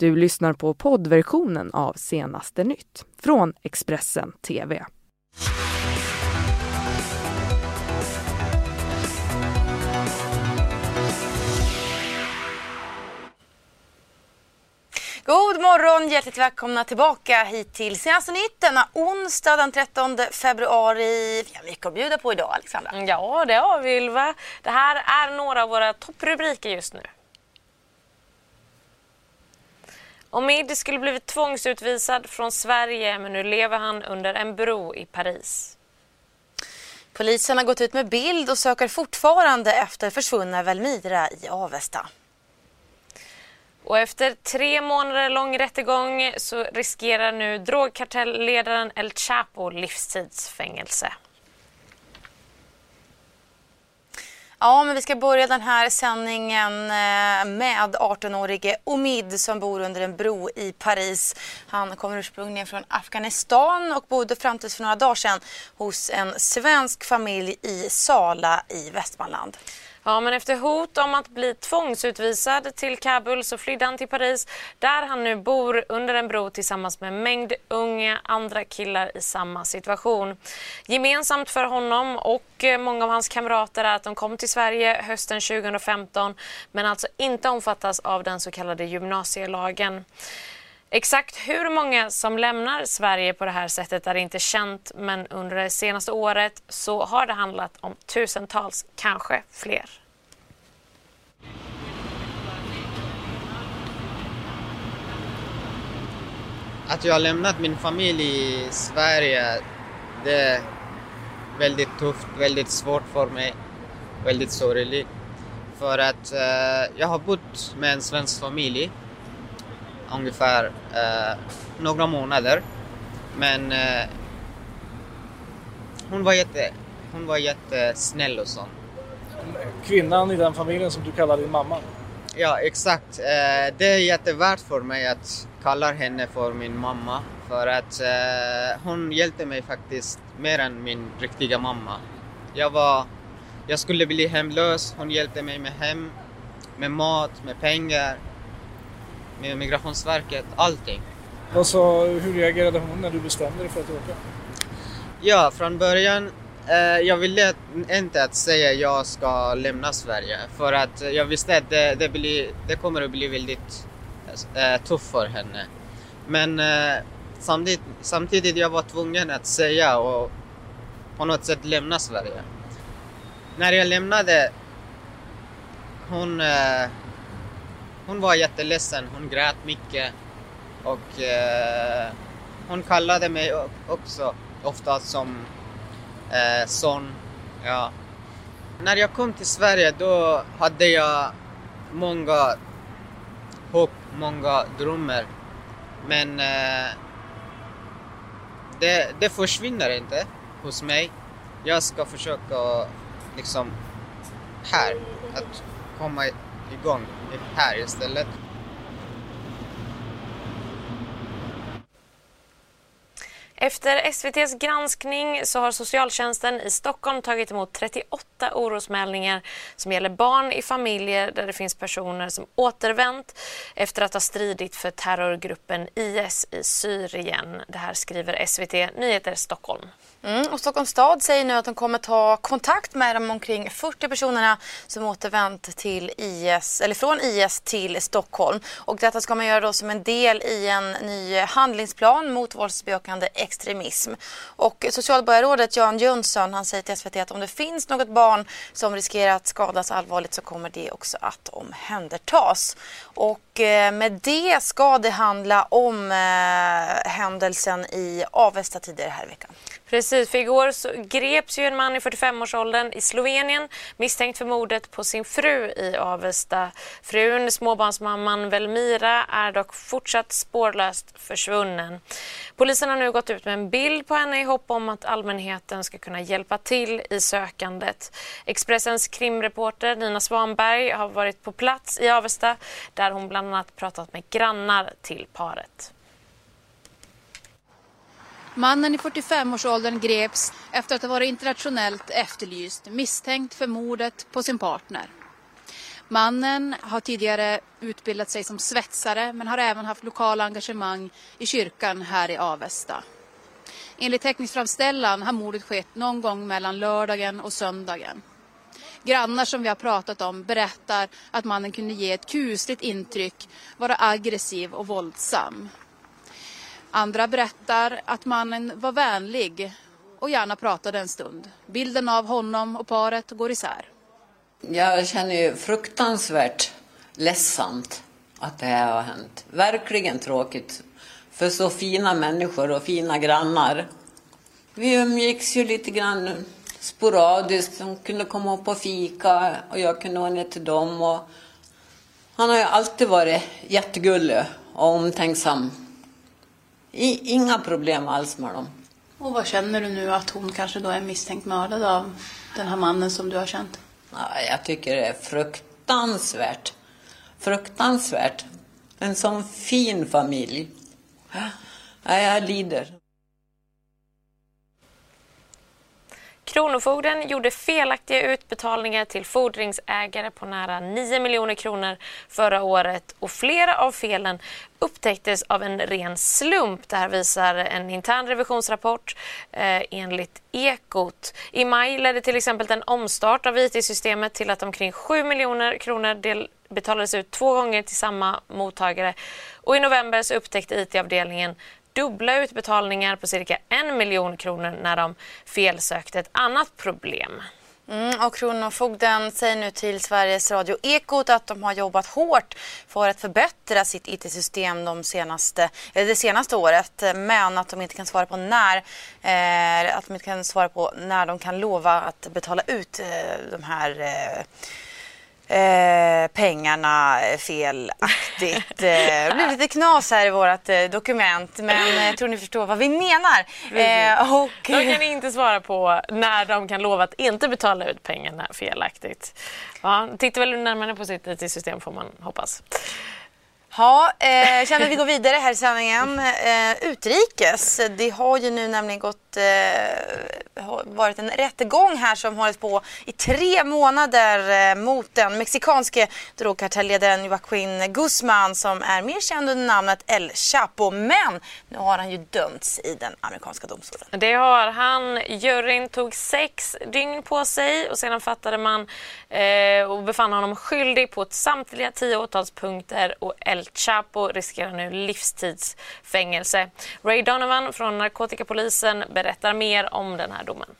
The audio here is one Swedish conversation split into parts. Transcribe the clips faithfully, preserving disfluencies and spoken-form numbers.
Du lyssnar på poddversionen av Senaste nytt från Expressen T V. God morgon, hjärtligt välkomna tillbaka hit till Senaste nytt denna onsdag den trettonde februari. Vi har mycket att bjuda på idag, Alexandra. Ja, det har vi, Ylva. Det här är några av våra topprubriker just nu. Omid skulle blivit tvångsutvisad från Sverige, men nu lever han under en bro i Paris. Polisen har gått ut med bild och söker fortfarande efter försvunna Velmira i Avesta. Och efter tre månader lång rättegång så riskerar nu drogkartellledaren El Chapo livstidsfängelse. Ja, men vi ska börja den här sändningen med arton-årige Omid som bor under en bro i Paris. Han kommer ursprungligen från Afghanistan och bodde fram till för några dagar sedan hos en svensk familj i Sala i Västmanland. Ja, men efter hot om att bli tvångsutvisad till Kabul så flydde han till Paris, där han nu bor under en bro tillsammans med en mängd unga andra killar i samma situation. Gemensamt för honom och många av hans kamrater är att de kom till Sverige hösten tjugohundrafemton men alltså inte omfattas av den så kallade gymnasielagen. Exakt hur många som lämnar Sverige på det här sättet är inte känt, men under det senaste året så har det handlat om tusentals, kanske fler. Att jag har lämnat min familj i Sverige, det är väldigt tufft, väldigt svårt för mig, väldigt sorgligt. För att eh, jag har bott med en svensk familj ungefär eh, några månader, men eh, hon var jätte hon var jättesnäll och sånt. Kvinnan i den familjen som du kallar din mamma? Ja, exakt. Eh, det är jättevärt för mig att kalla henne för min mamma, för att eh, hon hjälpte mig faktiskt mer än min riktiga mamma. Jag var jag skulle bli hemlös, hon hjälpte mig med hem, med mat, med pengar, med Migrationsverket, allting. Och så, hur reagerade hon när du bestämde dig för att åka? Ja, från början, eh, jag ville inte att säga jag ska lämna Sverige. För att jag visste att det, det, blir, det kommer att bli väldigt eh, tufft för henne. Men eh, samtidigt, samtidigt jag var tvungen att säga och på något sätt lämna Sverige. När jag lämnade, hon... Eh, Hon var jätteledsen, hon grät mycket och eh, hon kallade mig också ofta som eh, son. Ja. När jag kom till Sverige då hade jag många hopp, många drömmar. Men eh, det, det försvinner inte hos mig. Jag ska försöka liksom här att komma igång här istället. Efter S V T:s granskning så har socialtjänsten i Stockholm tagit emot trettioåtta orosmälningar som gäller barn i familjer där det finns personer som återvänt efter att ha stridit för terrorgruppen I S i Syrien. Det här skriver S V T Nyheter Stockholm. Mm, och Stockholms stad säger nu att de kommer ta kontakt med de omkring fyrtio personerna som återvänt till I S, eller från I S till Stockholm. Och detta ska man göra då som en del i en ny handlingsplan mot våldsbejakande extremism. Och socialborgarrådet Jan Jönsson, han säger till S V T att om det finns något barn som riskerar att skadas allvarligt så kommer det också att omhändertas. Och eh, med det ska det handla om eh, händelsen i Avesta tidigare här i veckan. Precis, för igår så greps ju en man i fyrtiofem-årsåldern i Slovenien misstänkt för mordet på sin fru i Avesta. Frun, småbarnsmamman Velmira, är dock fortsatt spårlöst försvunnen. Polisen har nu gått ut med en bild på henne i hopp om att allmänheten ska kunna hjälpa till i sökandet. Expressens krimreporter Nina Svanberg har varit på plats i Avesta där hon bland annat pratat med grannar till paret. Mannen i fyrtiofem-årsåldern greps efter att ha varit internationellt efterlyst, misstänkt för mordet på sin partner. Mannen har tidigare utbildat sig som svetsare men har även haft lokala engagemang i kyrkan här i Avesta. Enligt teknisk framställan har mordet skett någon gång mellan lördagen och söndagen. Grannar som vi har pratat om berättar att mannen kunde ge ett kusligt intryck, vara aggressiv och våldsam. Andra berättar att mannen var vänlig och gärna pratade en stund. Bilden av honom och paret går isär. Jag känner ju fruktansvärt ledsamt att det här har hänt. Verkligen tråkigt för så fina människor och fina grannar. Vi umgicks ju lite grann sporadiskt. De kunde komma upp och fika och jag kunde gå ner till dem. Och han har ju alltid varit jättegullig och omtänksam. I, inga problem alls med dem. Och vad känner du nu att hon kanske då är misstänkt mördad av den här mannen som du har känt? Ja, jag tycker det är fruktansvärt. Fruktansvärt. En sån fin familj. Ja, jag lider. Kronofogden gjorde felaktiga utbetalningar till fordringsägare på nära nio miljoner kronor förra året och flera av felen upptäcktes av en ren slump. Det här visar en intern revisionsrapport eh, enligt Ekot. I maj ledde till exempel en omstart av I T-systemet till att omkring sju miljoner kronor del betalades ut två gånger till samma mottagare. Och i november så upptäckte I T-avdelningen dubbla utbetalningar på cirka en miljon kronor när de felsökte ett annat problem. Mm, och Kronofogden säger nu till Sveriges Radio Ekot att de har jobbat hårt för att förbättra sitt I T-system de senaste, eller det senaste året, men att de inte kan svara på när eh, att de inte kan svara på när de kan lova att betala ut eh, de här eh, Eh, pengarna felaktigt. Eh, det blir lite knas här i vårt eh, dokument, men jag eh, tror ni förstår vad vi menar. Eh, och... De kan inte svara på när de kan lova att inte betala ut pengarna felaktigt. Ja, tittar väl närmare på sitt I T-system får man hoppas. Ja, eh, känner vi går vidare här i sändningen. Eh, utrikes, det har ju nu nämligen gått, eh, varit en rättegång här som hållit på i tre månader eh, mot den mexikanske drogkartellledaren Joaquin Guzman som är mer känd under namnet El Chapo. Men nu har han ju dömts i den amerikanska domstolen. Det har han. Juryn tog sex dygn på sig och sedan fattade man eh, och befann honom skyldig på samtliga tio åtalspunkter och El Chapo riskerar nu livstidsfängelse. Ray Donovan från narkotikapolisen berättar mer om den här domen.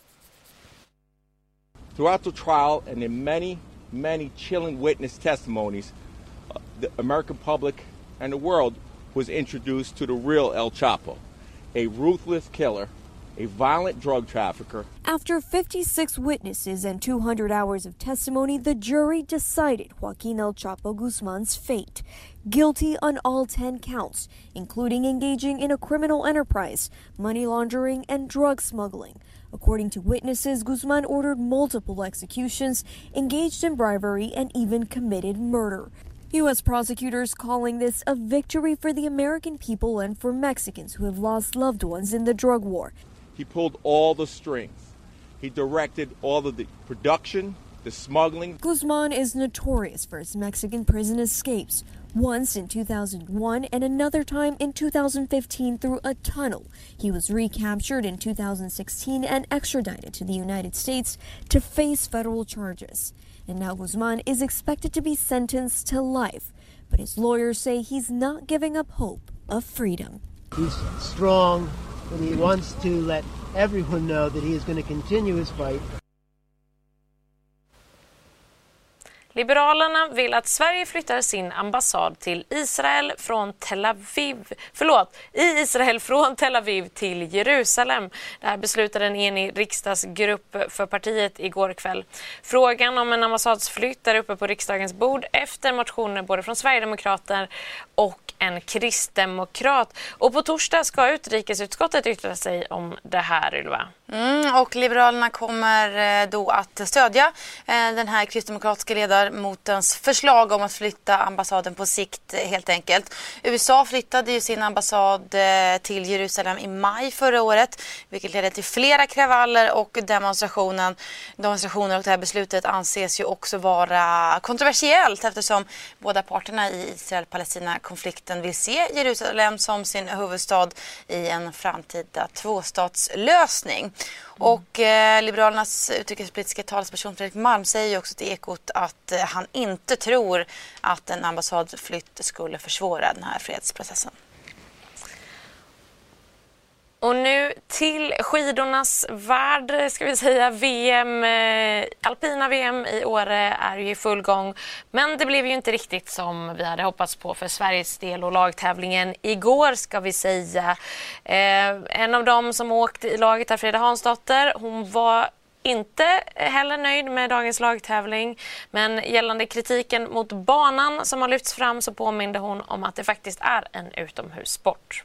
Throughout the trial and in many, many chilling witness testimonies, uh, the American public and the world was introduced to the real El Chapo, a ruthless killer, a violent drug trafficker. After fifty-six witnesses and two hundred hours of testimony, the jury decided Joaquin El Chapo Guzman's fate. Guilty on all ten counts, including engaging in a criminal enterprise, money laundering, and drug smuggling. According to witnesses, Guzman ordered multiple executions, engaged in bribery, and even committed murder. U S prosecutors calling this a victory for the American people and for Mexicans who have lost loved ones in the drug war. He pulled all the strings. He directed all of the production, the smuggling. Guzman is notorious for his Mexican prison escapes, once in two thousand one and another time in two thousand fifteen through a tunnel. He was recaptured in two thousand sixteen and extradited to the United States to face federal charges. And now Guzman is expected to be sentenced to life, but his lawyers say he's not giving up hope of freedom. He's strong, and he wants to let everyone know that he is going to continue his fight. Liberalerna vill att Sverige flyttar sin ambassad till Israel från Tel Aviv, förlåt, i Israel från Tel Aviv till Jerusalem. Det här beslutade en enig riksdagsgrupp för partiet igår kväll. Frågan om en ambassadsflytt är uppe på riksdagens bord efter motioner både från Sverigedemokrater och en kristdemokrat. Och på torsdag ska utrikesutskottet yttra sig om det här, Ylva. Mm, och Liberalerna kommer då att stödja den här kristdemokratiska ledaren ledamotens förslag om att flytta ambassaden på sikt helt enkelt. U S A flyttade ju sin ambassad till Jerusalem i maj förra året, vilket ledde till flera kravaller och demonstrationen. demonstrationer och det här beslutet anses ju också vara kontroversiellt eftersom båda parterna i Israel-Palestina-konflikten vill se Jerusalem som sin huvudstad i en framtida tvåstatslösning. Mm. Och eh, Liberalernas utrikespolitiska talesperson Fredrik Malm säger ju också till Ekot att eh, han inte tror att en ambassadflytt skulle försvåra den här fredsprocessen. Och nu till skidornas värld, ska vi säga. V M, eh, alpina V M i Åre är ju i full gång. Men det blev ju inte riktigt som vi hade hoppats på för Sveriges del, och lagtävlingen igår ska vi säga. Eh, en av dem som åkt i laget är Frida Hansdotter. Hon var inte heller nöjd med dagens lagtävling, men gällande kritiken mot banan som har lyfts fram så påminde hon om att det faktiskt är en utomhussport.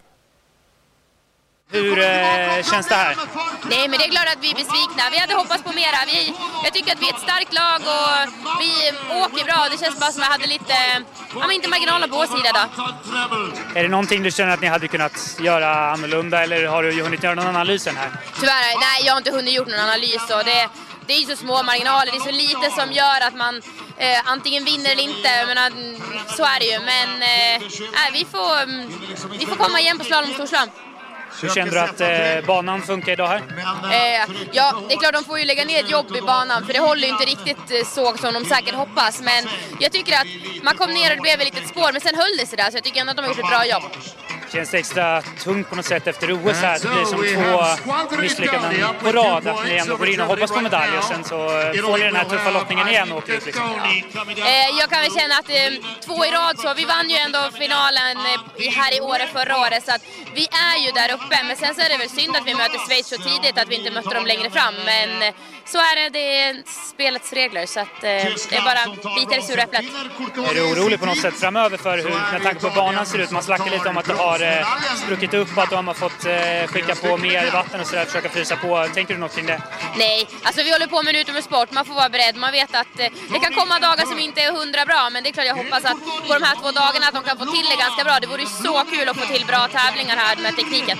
Hur eh, känns det här? Nej, men det är klart att vi är besvikna. Vi hade hoppats på mera. Vi, jag tycker att vi är ett starkt lag och vi åker bra. Det känns bara som att vi hade lite, ja, men inte marginaler på vår sida då. Är det någonting du känner att ni hade kunnat göra annorlunda, eller har du hunnit göra någon analys här? Tyvärr, nej, jag har inte hunnit gjort någon analys. Och det, det är ju så små marginaler, det är så lite som gör att man eh, antingen vinner eller inte. Men, så är det ju. Men eh, vi, får, vi får komma igen på slalom och storslalom. Hur känner du att eh, banan funkar idag här? Eh, ja, det är klart de får ju lägga ner ett jobb i banan, för det håller ju inte riktigt eh, så som de säkert hoppas. Men jag tycker att man kom ner och det blev ett litet spår, men sen höll det sig där, så jag tycker ändå att de har gjort ett bra jobb. Känns det extra tungt på något sätt efter O S här? Det blir som två misslyckanden på rad, att ni ändå går in och hoppas på medalj och sen så får ni den här tuffa lottningen igen och åker ut liksom. eh, Jag kan väl känna att eh, två i rad så, vi vann ju ändå finalen eh, här i Åre förra året, så att vi är ju där uppe. Men sen så är det väl synd att vi möter Schweiz så tidigt, att vi inte mötte dem längre fram. Men eh, så är det, det är spelets regler, så att eh, det är bara bitar i sura äpplet. Är du orolig på något sätt framöver för hur, när tanke på banan ser ut? Man snackar lite om att det har eh, spruckit upp, att de har fått eh, skicka på mer vatten och sådär, försöka frysa på. Tänker du något kring det? Nej, alltså vi håller på med utomhussport, man får vara beredd. Man vet att eh, det kan komma dagar som inte är hundra bra, men det är klart jag hoppas att på de här två dagarna att de kan få till det ganska bra. Det vore ju så kul att få till bra tävlingar här med tekniken.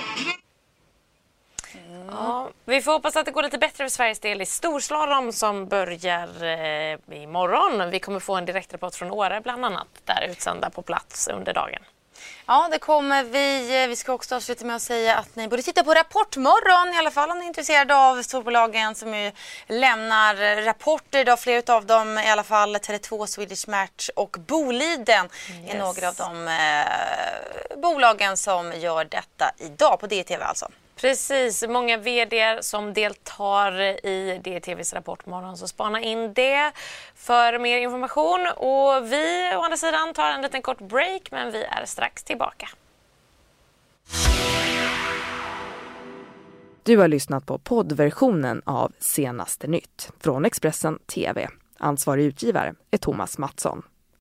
Ja, vi får hoppas att det går lite bättre för Sveriges del i storslalom som börjar eh, imorgon. Vi kommer få en direktrapport från Åre bland annat, där utsända på plats under dagen. Ja, det kommer vi. Vi ska också avsluta med att säga att ni borde titta på Rapportmorgon, i alla fall om ni är intresserade av storbolagen som ju lämnar rapporter idag. Flera av dem, i alla fall Tele två, Swedish Match och Boliden yes. är några av de eh, bolagen som gör detta idag på D T V alltså. Precis, många vd:ar som deltar i D T V:s Rapportmorgon, så spana in det för mer information. Och vi å andra sidan tar en liten kort break, men vi är strax tillbaka. Du har lyssnat på poddversionen av Senaste nytt från Expressen T V. Ansvarig utgivare är Thomas Mattsson.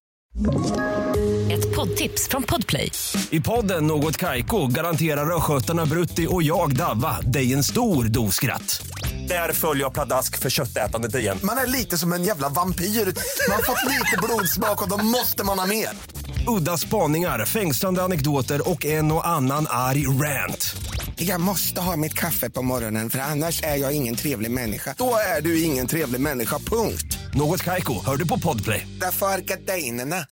Ett poddtips från Podplay. I podden Något Kaiko garanterar röskötarna Brutti och jag Davva dig en stor doskratt. Där följer jag pladask för köttätandet igen. Man är lite som en jävla vampyr. Man har fått lite blodsmak och då måste man ha mer. Udda spaningar, fängslande anekdoter och en och annan arg rant. Jag måste ha mitt kaffe på morgonen, för annars är jag ingen trevlig människa. Då är du ingen trevlig människa, punkt. Något Kaiko, hör du på Podplay. Därför är gardinerna.